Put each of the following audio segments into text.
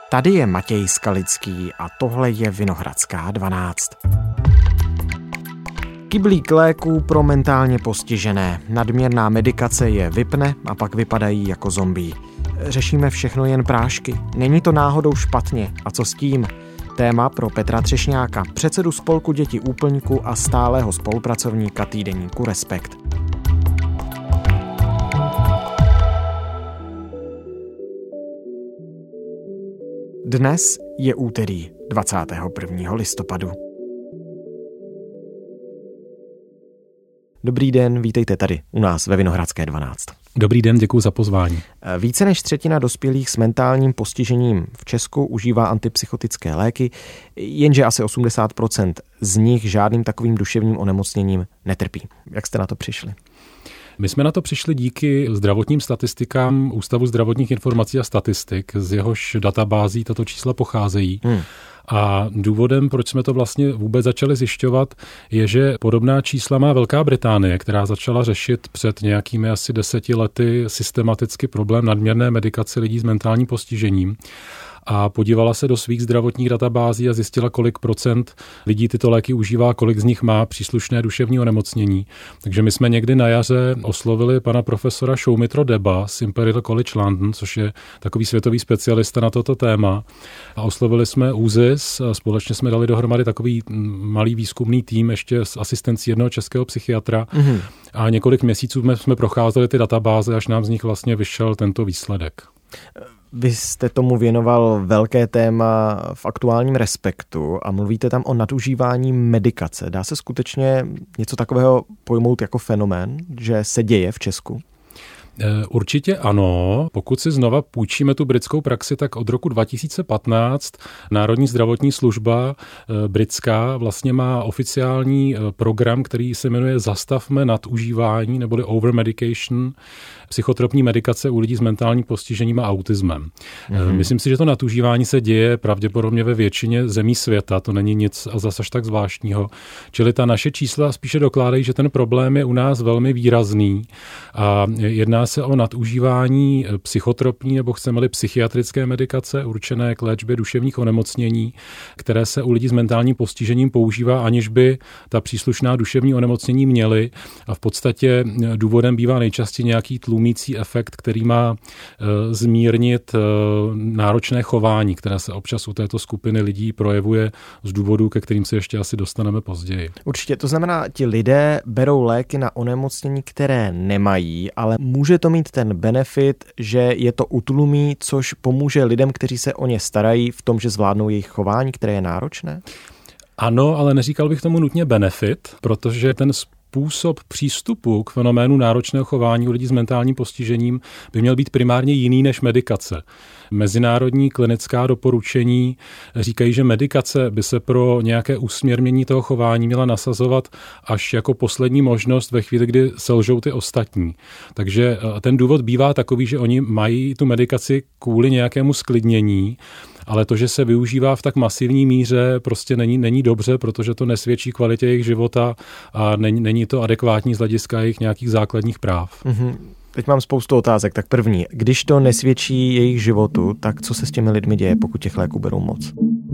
Tady je Matěj Skalický a tohle je Vinohradská 12. Kyblík léků pro mentálně postižené. Nadměrná medikace je vypne a pak vypadají jako zombie. Řešíme všechno jen prášky. Není to náhodou špatně. A co s tím? Téma pro Petra Třešňáka, předsedu spolku Děti úplňku a stálého spolupracovníka týdeníku Respekt. Dnes je úterý 21. listopadu. Dobrý den, vítejte tady u nás ve Vinohradské 12. Dobrý den, děkuji za pozvání. Více než třetina dospělých s mentálním postižením v Česku užívá antipsychotické léky, jenže asi 80% z nich žádným takovým duševním onemocněním netrpí. Jak jste na to přišli? My jsme na to přišli díky zdravotním statistikám Ústavu zdravotních informací a statistik, z jehož databází tato čísla pocházejí. A důvodem, proč jsme to vlastně vůbec začali zjišťovat, je, že podobná čísla má Velká Británie, která začala řešit před nějakými asi 10 lety systematicky problém nadměrné medikace lidí s mentálním postižením. A podívala se do svých zdravotních databází a zjistila, kolik procent lidí tyto léky užívá, kolik z nich má příslušné duševní onemocnění. Takže my jsme někdy na jaře oslovili pana profesora Soumitra Deba z Imperial College London, což je takový světový specialista na toto téma. A oslovili jsme ÚZIS, společně jsme dali dohromady takový malý výzkumný tým ještě s asistencí jednoho českého psychiatra. A několik měsíců jsme procházeli ty databáze, až nám z nich vlastně vyšel tento výsledek. Vy jste tomu věnoval velké téma v aktuálním Respektu a mluvíte tam o nadužívání medikace. Dá se skutečně něco takového pojmout jako fenomén, že se děje v Česku? Určitě ano. Pokud si znova půjčíme tu britskou praxi, tak od roku 2015 Národní zdravotní služba britská vlastně má oficiální program, který se jmenuje Zastavme nadužívání neboli overmedication psychotropní medikace u lidí s mentálním postižením a autismem. Myslím si, že to nadužívání se děje pravděpodobně ve většině zemí světa, to není nic a zas až tak zvláštního. Čili ta naše čísla spíše dokládají, že ten problém je u nás velmi výrazný a jedná se o nadužívání psychotropní nebo chceme-li psychiatrické medikace určené k léčbě duševních onemocnění, které se u lidí s mentálním postižením používá, aniž by ta příslušná duševní onemocnění měly a v podstatě důvodem bývá nejčastěji nějaký tlumící efekt, který má zmírnit náročné chování, které se občas u této skupiny lidí projevuje z důvodů, ke kterým se ještě asi dostaneme později. Určitě, to znamená, ti lidé berou léky na onemocnění, které nemají, ale může to mít ten benefit, že je to utlumí, což pomůže lidem, kteří se o ně starají v tom, že zvládnou jejich chování, které je náročné? Ano, ale neříkal bych tomu nutně benefit, protože ten způsob přístupu k fenoménu náročného chování u lidí s mentálním postižením by měl být primárně jiný než medikace. Mezinárodní klinická doporučení říkají, že medikace by se pro nějaké usměrnění toho chování měla nasazovat až jako poslední možnost ve chvíli, kdy selžou ty ostatní. Takže ten důvod bývá takový, že oni mají tu medikaci kvůli nějakému sklidnění, ale to, že se využívá v tak masivní míře, prostě není dobře, protože to nesvědčí kvalitě jejich života a není to adekvátní z hlediska jejich nějakých základních práv. Teď mám spoustu otázek. Tak první, když to nesvědčí jejich životu, tak co se s těmi lidmi děje, pokud těch léků berou moc?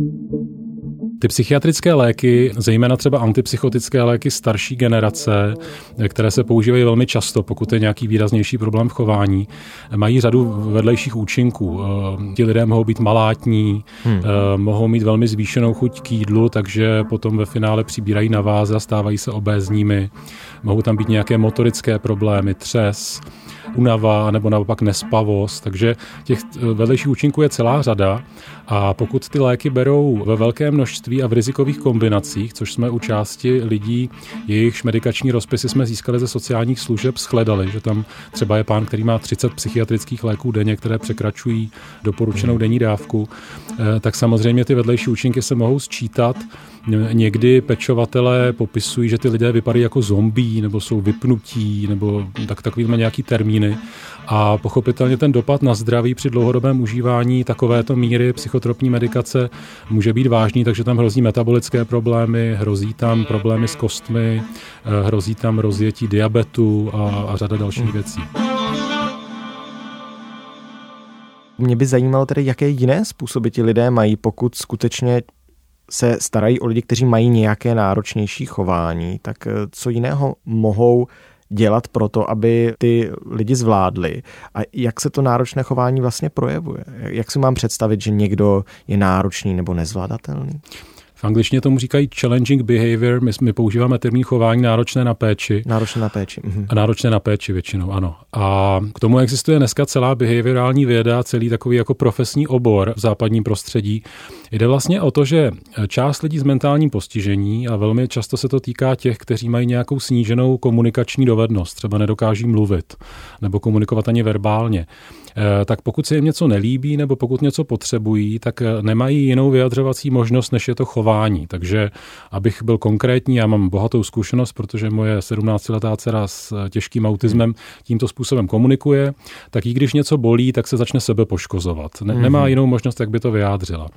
Ty psychiatrické léky, zejména třeba antipsychotické léky starší generace, které se používají velmi často, pokud je nějaký výraznější problém v chování, mají řadu vedlejších účinků. Ti lidé mohou být malátní, mohou mít velmi zvýšenou chuť k jídlu, takže potom ve finále přibírají na váze a stávají se obézními. Mohou tam být nějaké motorické problémy, třes, únava nebo naopak nespavost, takže těch vedlejších účinků je celá řada a pokud ty léky berou ve velkém množství a v rizikových kombinacích, což jsme u části lidí, jejichž medikační rozpisy jsme získali ze sociálních služeb, shledali, že tam třeba je pán, který má 30 psychiatrických léků denně, které překračují doporučenou denní dávku, tak samozřejmě ty vedlejší účinky se mohou sčítat. Někdy pečovatelé popisují, že ty lidé vypadají jako zombie, nebo jsou vypnutí, nebo takovýhle nějaký termíny. A pochopitelně ten dopad na zdraví při dlouhodobém užívání takovéto míry psychotropní medikace může být vážný, takže tam hrozí metabolické problémy, hrozí tam problémy s kostmi, hrozí tam rozjetí diabetu a řada dalších věcí. Mě by zajímalo tedy, jaké jiné způsoby ti lidé mají, pokud skutečně se starají o lidi, kteří mají nějaké náročnější chování, tak co jiného mohou dělat pro to, aby ty lidi zvládli a jak se to náročné chování vlastně projevuje? Jak si mám představit, že někdo je náročný nebo nezvládatelný? V angličtině tomu říkají challenging behavior, my používáme termín chování náročné na péči. Náročné na péči. A náročné na péči většinou, ano. A k tomu existuje dneska celá behaviorální věda, celý takový jako profesní obor v západním prostředí. Jde vlastně o to, že část lidí s mentálním postižení, a velmi často se to týká těch, kteří mají nějakou sníženou komunikační dovednost, třeba nedokáží mluvit nebo komunikovat ani verbálně, tak pokud se jim něco nelíbí nebo pokud něco potřebují, tak nemají jinou vyjadřovací možnost, než je to chování. Takže abych byl konkrétní, já mám bohatou zkušenost, protože moje 17letá dcera s těžkým autismem tímto způsobem komunikuje, tak i když něco bolí, tak se začne sebe poškozovat. Nemá jinou možnost, jak by to vyjádřila.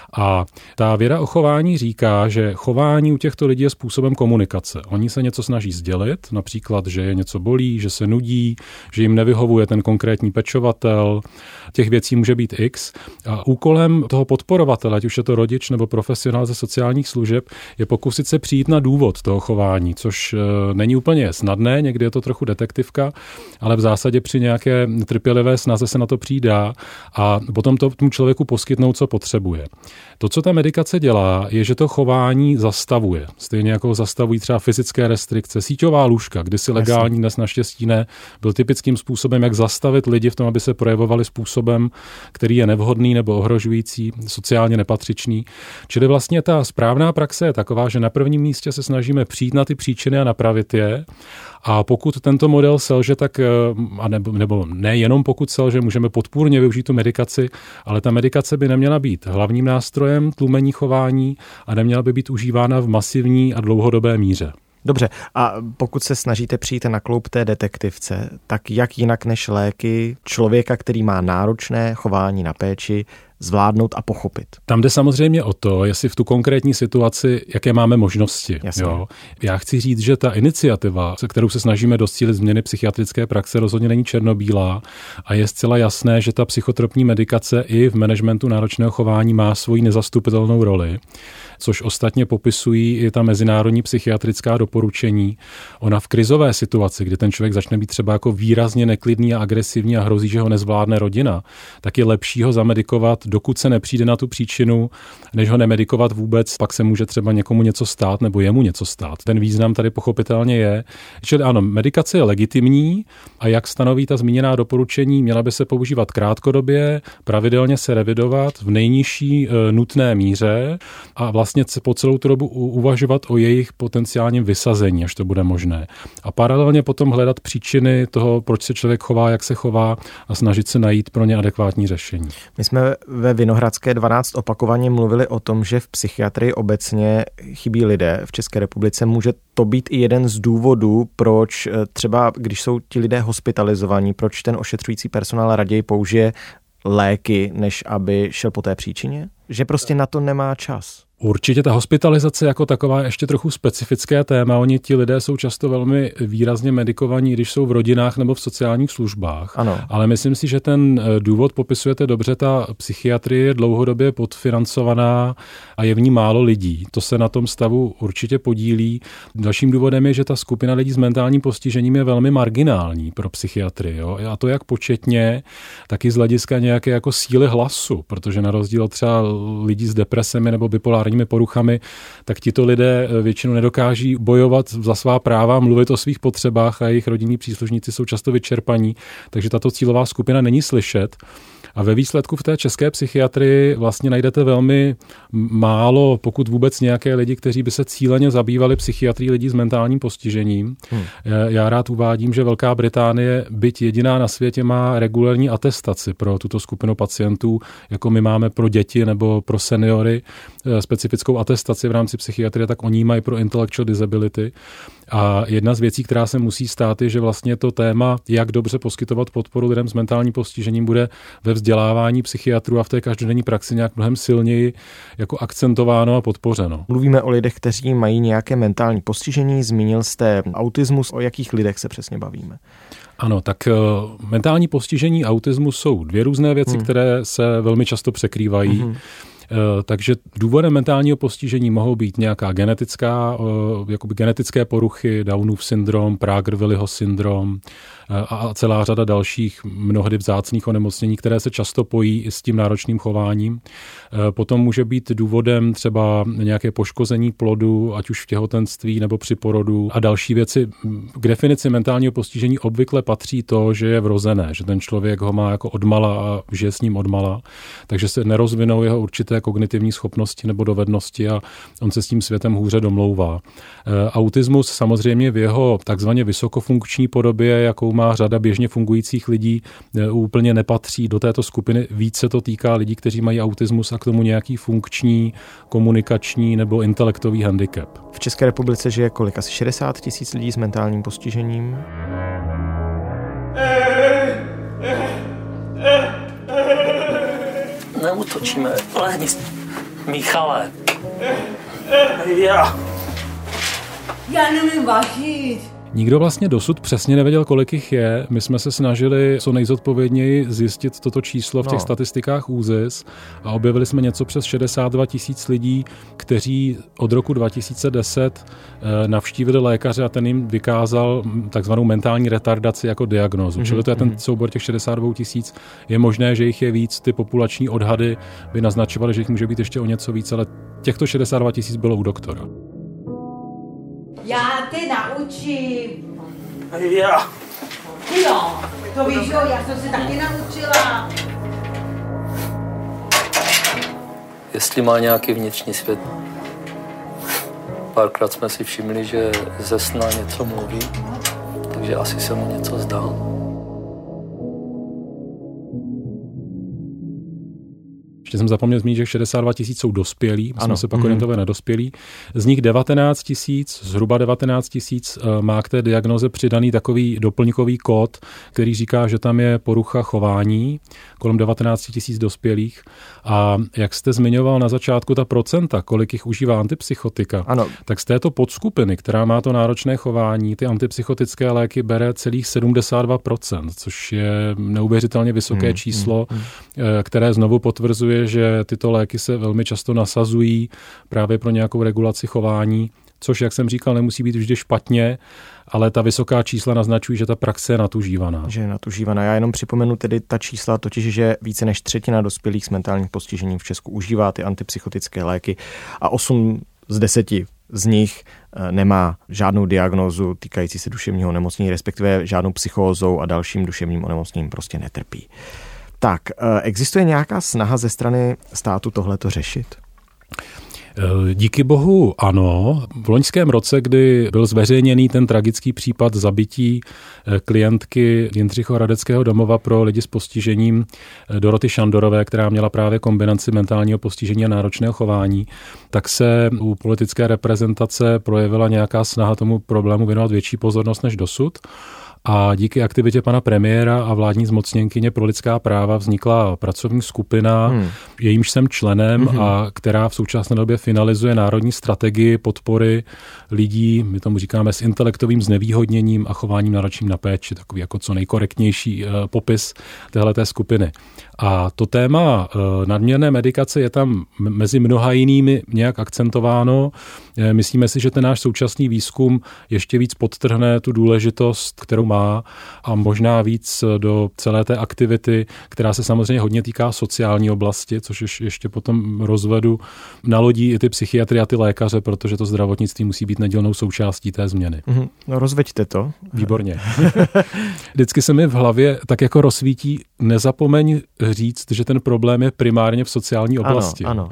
A ta věda o chování říká, že chování u těchto lidí je způsobem komunikace. Oni se něco snaží sdělit, například, že je něco bolí, že se nudí, že jim nevyhovuje ten konkrétní pečovatel. Těch věcí může být X. A úkolem toho podporovatele, ať už je to rodič nebo profesionál ze sociálních služeb, je pokusit se přijít na důvod toho chování, což není úplně snadné, někdy je to trochu detektivka, ale v zásadě při nějaké trpělivé snaze se na to přijít dá a potom to tomu člověku poskytnout, co potřebuje. To, co ta medikace dělá, je, že to chování zastavuje. Stejně jako zastavují třeba fyzické restrikce. Síťová lůžka, kdysi legální, dnes naštěstí ne, byl typickým způsobem, jak zastavit lidi v tom, aby se projevovali způsobem, který je nevhodný nebo ohrožující, sociálně nepatřičný. Čili vlastně ta správná praxe je taková, že na prvním místě se snažíme přijít na ty příčiny a napravit je. A pokud tento model selže, tak, nebo nejenom pokud selže, můžeme podpůrně využít tu medikaci, ale ta medikace by neměla být hlavním nástrojem tlumení chování a neměla by být užívána v masivní a dlouhodobé míře. Dobře, a pokud se snažíte přijít na kloub té detektivce, tak jak jinak než léky člověka, který má náročné chování na péči, zvládnout a pochopit? Tam jde samozřejmě o to, jestli v tu konkrétní situaci, jaké máme možnosti. Jo. Já chci říct, že ta iniciativa, se kterou se snažíme docílit změny psychiatrické praxe, rozhodně není černobílá a je zcela jasné, že ta psychotropní medikace i v managementu náročného chování má svoji nezastupitelnou roli, což ostatně popisují i ta mezinárodní psychiatrická doporučení. Ona v krizové situaci, kdy ten člověk začne být třeba jako výrazně neklidný a agresivní a hrozí, že ho nezvládne rodina, tak je lepší ho zamedikovat, dokud se nepřijde na tu příčinu, než ho nemedikovat vůbec, pak se může třeba někomu něco stát nebo jemu něco stát. Ten význam tady pochopitelně je. Čili ano, medikace je legitimní a jak stanoví ta zmíněná doporučení, měla by se používat krátkodobě, pravidelně se revidovat v nejnižší nutné míře a vlastně po celou tu dobu uvažovat o jejich potenciálním vysazení, až to bude možné. A paralelně potom hledat příčiny toho, proč se člověk chová, jak se chová a snažit se najít pro ně adekvátní řešení. My jsme ve Vinohradské 12 opakovaně mluvili o tom, že v psychiatrii obecně chybí lidé v České republice. Může to být i jeden z důvodů, proč třeba, když jsou ti lidé hospitalizovaní, proč ten ošetřující personál raději použije léky, než aby šel po té příčině? Že prostě na to nemá čas. Určitě ta hospitalizace jako taková je ještě trochu specifické téma. Oni ti lidé jsou často velmi výrazně medikovaní, když jsou v rodinách nebo v sociálních službách. Ano. Ale myslím si, že ten důvod popisujete dobře. Ta psychiatrie je dlouhodobě podfinancovaná a je v ní málo lidí. To se na tom stavu určitě podílí. Dalším důvodem je, že ta skupina lidí s mentálním postižením je velmi marginální pro psychiatrii. Jo? A to jak početně, tak i z hlediska nějaké jako síly hlasu, protože na rozdíl třeba lidí s depresemi nebo bipolárními poruchami, tak tito lidé většinou nedokáží bojovat za svá práva, mluvit o svých potřebách a jejich rodinní příslušníci jsou často vyčerpaní, takže tato cílová skupina není slyšet. A ve výsledku v té české psychiatrii vlastně najdete velmi málo, pokud vůbec nějaké lidi, kteří by se cíleně zabývali psychiatrií lidí s mentálním postižením. Já rád uvádím, že Velká Británie, byť jediná na světě, má regulární atestaci pro tuto skupinu pacientů, jako my máme pro děti nebo pro seniory, speciální specifickou atestaci v rámci psychiatrie, tak oni mají pro intellectual disability. A jedna z věcí, která se musí stát, je, že vlastně to téma, jak dobře poskytovat podporu lidem s mentálním postižením, bude ve vzdělávání psychiatrů a v té každodenní praxi nějak mnohem silněji jako akcentováno a podpořeno. Mluvíme o lidech, kteří mají nějaké mentální postižení, zmínil jste autismus, o jakých lidech se přesně bavíme? Ano, tak mentální postižení, autismus jsou dvě různé věci, které se velmi často překrývají. Takže důvodem mentálního postižení mohou být nějaká genetické poruchy, Downův syndrom, Prager-Williho syndrom a celá řada dalších mnohdy vzácných onemocnění, které se často pojí i s tím náročným chováním. Potom může být důvodem třeba nějaké poškození plodu, ať už v těhotenství nebo při porodu a další věci. K definici mentálního postižení obvykle patří to, že je vrozené, že ten člověk ho má jako odmala a žije s ním odmala, takže se nerozvinou jeho určité kognitivní schopnosti nebo dovednosti a on se s tím světem hůře domlouvá. Autismus samozřejmě v jeho takzvaně vysokofunkční podobě, jakou má řada běžně fungujících lidí, úplně nepatří do této skupiny. Víc se to týká lidí, kteří mají autismus a k tomu nějaký funkční, komunikační nebo intelektový handicap. V České republice žije kolik? Asi 60 000 lidí s mentálním postižením? Neútočíme, lehni. Michale. Já nemůžu vařit. Nikdo vlastně dosud přesně nevěděl, kolik jich je. My jsme se snažili co nejzodpovědněji zjistit toto číslo v těch statistikách ÚZIS a objevili jsme něco přes 62 000 lidí, kteří od roku 2010 navštívili lékaře a ten jim vykázal takzvanou mentální retardaci jako diagnózu. Čili to je ten soubor těch 62 000. Je možné, že jich je víc, ty populační odhady by naznačovaly, že jich může být ještě o něco víc, ale těchto 62 000 bylo u doktora. Já tě naučím. Já. Jo, to víš, jo, já jsem se taky naučila. Jestli má nějaký vnitřní svět. Párkrát jsme si všimli, že ze sna něco mluví, takže asi se mu něco zdál. Ještě jsem zapomněl zmínit, že 62 000 jsou dospělí, jsme se pak orientovali na dospělí. Z nich 19 000, zhruba 19 000 má k té diagnoze přidaný takový doplňkový kód, který říká, že tam je porucha chování, kolem 19 000 dospělých. A jak jste zmiňoval na začátku ta procenta, kolik jich užívá antipsychotika, tak z této podskupiny, která má to náročné chování, ty antipsychotické léky bere celých 72%, což je neuvěřitelně vysoké číslo, které znovu potvrzuje, že tyto léky se velmi často nasazují právě pro nějakou regulaci chování, což, jak jsem říkal, nemusí být vždy špatně, ale ta vysoká čísla naznačují, že ta praxe je natužívaná. Že je natužívaná. Já jenom připomenu tedy ta čísla, totiž, že více než 1/3 dospělých s mentálním postižením v Česku užívá ty antipsychotické léky a 8 z 10 z nich nemá žádnou diagnózu týkající se duševního onemocnění, respektive žádnou psychózou a dalším duševním onemocněním prostě netrpí. Tak, existuje nějaká snaha ze strany státu tohleto řešit? Díky bohu ano. V loňském roce, kdy byl zveřejněný ten tragický případ zabití klientky Jindřichohradeckého domova pro lidi s postižením Doroty Šandorové, která měla právě kombinaci mentálního postižení a náročného chování, tak se u politické reprezentace projevila nějaká snaha tomu problému věnovat větší pozornost než dosud. A díky aktivitě pana premiéra a vládní zmocněnkyně pro lidská práva vznikla pracovní skupina, jejímž jsem členem a která v současné době finalizuje národní strategii podpory lidí, my tomu říkáme, s intelektovým znevýhodněním a chováním náročným na péči, takový jako co nejkorektnější popis téhleté skupiny. A to téma nadměrné medikace je tam mezi mnoha jinými nějak akcentováno. Myslíme si, že ten náš současný výzkum ještě víc podtrhne tu důležitost, kterou má a možná víc do celé té aktivity, která se samozřejmě hodně týká sociální oblasti, což ještě potom rozvedu, nalodí i ty psychiatry a ty lékaře, protože to zdravotnictví musí být nedílnou součástí té změny. No rozveďte to. Výborně. Vždycky se mi v hlavě tak jako rozsvítí, nezapomeň říct, že ten problém je primárně v sociální oblasti. Ano.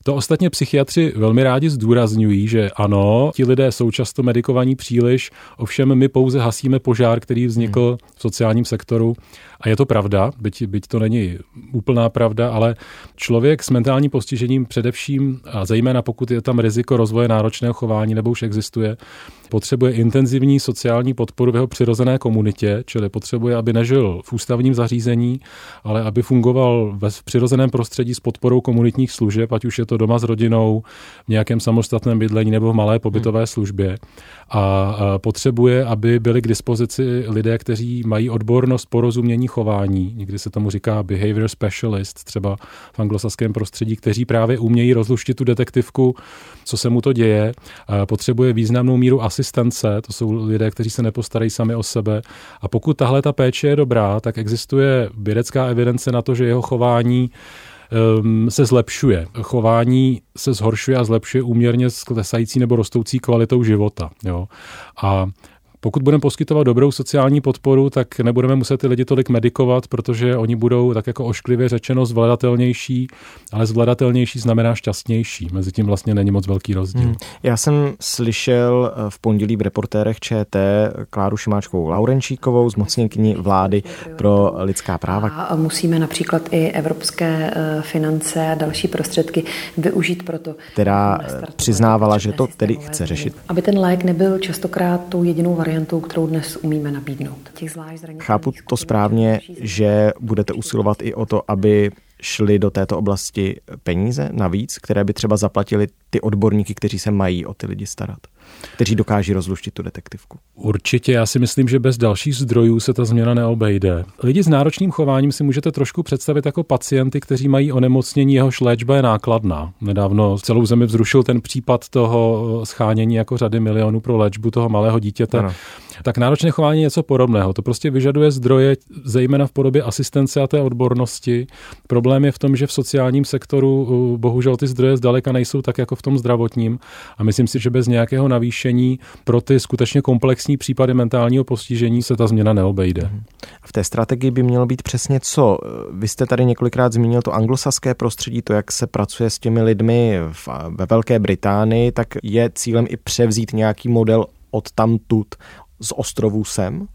To ostatně psychiatři velmi rádi zdůrazňují, že ano, ti lidé jsou často medikovaní příliš, ovšem my pouze hasíme požár, který vznikl v sociálním sektoru. A je to pravda, byť to není úplná pravda, ale člověk s mentálním postižením především, a zejména pokud je tam riziko rozvoje náročného chování nebo už existuje, potřebuje intenzivní sociální podporu v jeho přirozené komunitě, čili potřebuje, aby nežil v ústavním zařízení, ale aby fungoval v přirozeném prostředí s podporou komunitních služeb, ať už je to doma s rodinou, v nějakém samostatném bydlení nebo v malé pobytové službě. A potřebuje, aby byli k dispozici lidé, kteří mají odbornost porozumění chování. Někdy se tomu říká behavior specialist, třeba v anglosaském prostředí, kteří právě umějí rozluštit tu detektivku, co se mu to děje. Potřebuje významnou míru asistence, to jsou lidé, kteří se nepostarají sami o sebe. A pokud tahle ta péče je dobrá, tak existuje vědecká evidence na to, že jeho chování se zlepšuje. Chování se zhoršuje a zlepšuje úměrně s klesající nebo rostoucí kvalitou života. Jo. A pokud budeme poskytovat dobrou sociální podporu, tak nebudeme muset ty lidi tolik medikovat, protože oni budou tak jako ošklivě řečeno zvladatelnější, ale zvladatelnější znamená šťastnější. Mezi tím vlastně není moc velký rozdíl. Já jsem slyšel v pondělí v Reportérech ČT Kláru Šimáčkovou Laurenčíkovou, zmocněnkyni vlády pro lidská práva. A musíme například i evropské finance a další prostředky využít proto, která přiznávala, že to tedy chce řešit. Aby ten lék nebyl častokrát tou jedinou variantou, kterou dnes umíme nabídnout. Chápu to správně, že budete usilovat i o to, aby šly do této oblasti peníze navíc, které by třeba zaplatili ty odborníky, kteří se mají o ty lidi starat, kteří dokáží rozluštit tu detektivku. Určitě, já si myslím, že bez dalších zdrojů se ta změna neobejde. Lidi s náročným chováním si můžete trošku představit jako pacienty, kteří mají onemocnění, jehož léčba je nákladná. Nedávno celou zemi vzrušil ten případ toho schánění jako řady milionů pro léčbu toho malého dítěte. Ano. Tak náročné chování je něco podobného. To prostě vyžaduje zdroje, zejména v podobě asistence a té odbornosti. Problém je v tom, že v sociálním sektoru bohužel ty zdroje zdaleka nejsou tak jako v tom zdravotním. A myslím si, že bez nějakého navýšení pro ty skutečně komplexní případy mentálního postižení se ta změna neobejde. V té strategii by mělo být přesně co? Vy jste tady několikrát zmínil to anglosaské prostředí, to, jak se pracuje s těmi lidmi ve Velké Británii, tak je cílem i převzít nějaký model od tamtud, z ostrovů sem?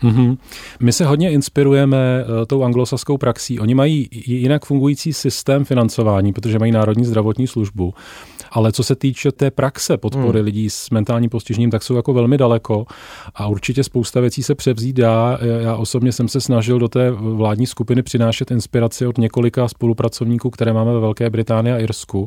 My se hodně inspirujeme tou anglosaskou praxí. Oni mají jinak fungující systém financování, protože mají národní zdravotní službu. Ale co se týče té praxe podpory lidí s mentálním postižením, tak jsou jako velmi daleko a určitě spousta věcí se převzít dá. Já osobně jsem se snažil do té vládní skupiny přinášet inspiraci od několika spolupracovníků, které máme ve Velké Británii a Irsku.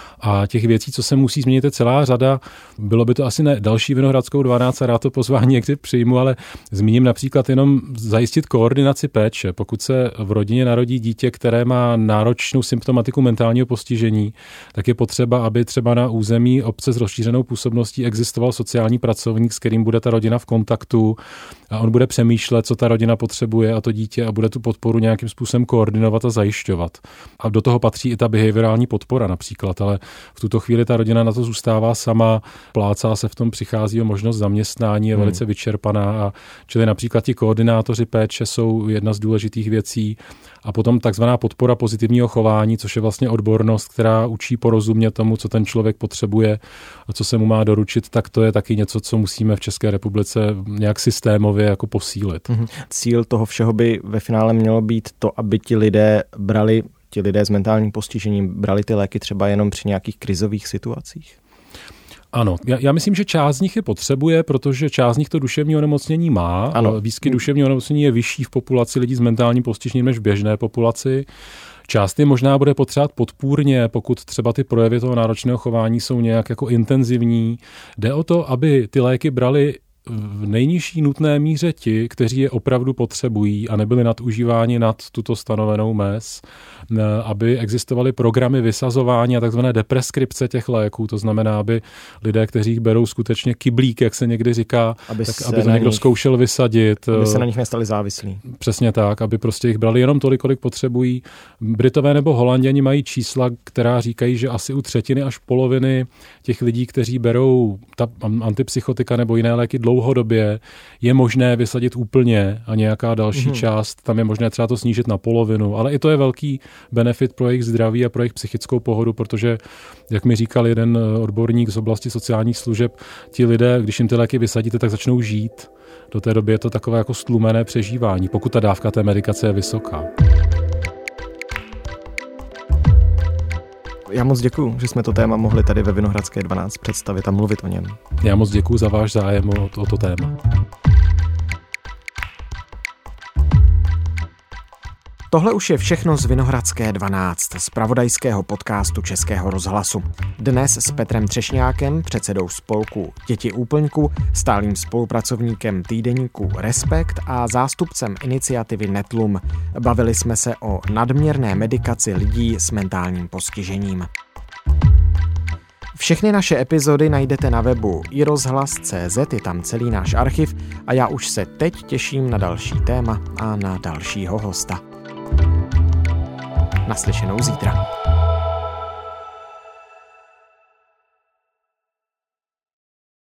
A těch věcí, co se musí změnit, je celá řada. Bylo by to asi ne další Vinohradskou 12 a rád to pozvání někdy přijmu, ale zmíním například jenom zajistit koordinaci péče. Pokud se v rodině narodí dítě, které má náročnou symptomatiku mentálního postižení, tak je potřeba, aby třeba na území obce s rozšířenou působností existoval sociální pracovník, s kterým bude ta rodina v kontaktu a on bude přemýšlet, co ta rodina potřebuje a to dítě a bude tu podporu nějakým způsobem koordinovat a zajišťovat. A do toho patří i ta behaviorální podpora například, ale v tuto chvíli ta rodina na to zůstává sama, plácá se v tom, přichází o možnost zaměstnání, je velice vyčerpaná. A čili například ti koordinátoři péče jsou jedna z důležitých věcí. A potom takzvaná podpora pozitivního chování, což je vlastně odbornost, která učí porozumět tomu, co ten člověk potřebuje a co se mu má doručit, tak to je taky něco, co musíme v České republice nějak systémově jako posílit. Cíl toho všeho by ve finále mělo být to, aby ti lidé s mentálním postižením brali ty léky třeba jenom při nějakých krizových situacích? Ano, já myslím, že část z nich je potřebuje, protože část z nich to duševní onemocnění má. Ano. Výskyt duševního onemocnění je vyšší v populaci lidí s mentálním postižením než v běžné populaci. Část je možná bude potřebovat podpůrně, pokud třeba ty projevy toho náročného chování jsou nějak jako intenzivní. Jde o to, aby ty léky brali v nejnižší nutné míře ti, kteří je opravdu potřebují a nebyli nadužíváni nad tuto stanovenou mez, aby existovaly programy vysazování a takzvané depreskripce těch léků, to znamená, aby lidé, kteří jich berou skutečně kyblík, jak se někdy říká, aby to někdo zkoušel vysadit. Aby se na nich nestali závislí. Přesně tak, aby prostě jich brali jenom tolik, kolik potřebují. Britové nebo Holanděni mají čísla, která říkají, že asi u třetiny až poloviny těch lidí, kteří berou ta antipsychotika nebo jiné léky dlouhodobě je možné vysadit úplně a nějaká další část, tam je možné třeba to snížit na polovinu, ale i to je velký benefit pro jejich zdraví a pro jejich psychickou pohodu, protože, jak mi říkal jeden odborník z oblasti sociálních služeb, ti lidé, když jim ty léky vysadíte, tak začnou žít. Do té doby je to takové jako stlumené přežívání, pokud ta dávka té medikace je vysoká. Já moc děkuju, že jsme to téma mohli tady ve Vinohradské 12 představit a mluvit o něm. Já moc děkuju za váš zájem o to téma. Tohle už je všechno z Vinohradské 12, z zpravodajského podcastu Českého rozhlasu. Dnes s Petrem Třešňákem, předsedou spolku Děti úplňku, stálým spolupracovníkem týdeníku Respekt a zástupcem iniciativy Netlum. Bavili jsme se o nadměrné medikaci lidí s mentálním postižením. Všechny naše epizody najdete na webu iRozhlas.cz, je tam celý náš archiv a já už se teď těším na další téma a na dalšího hosta. Naslyšenou zítra.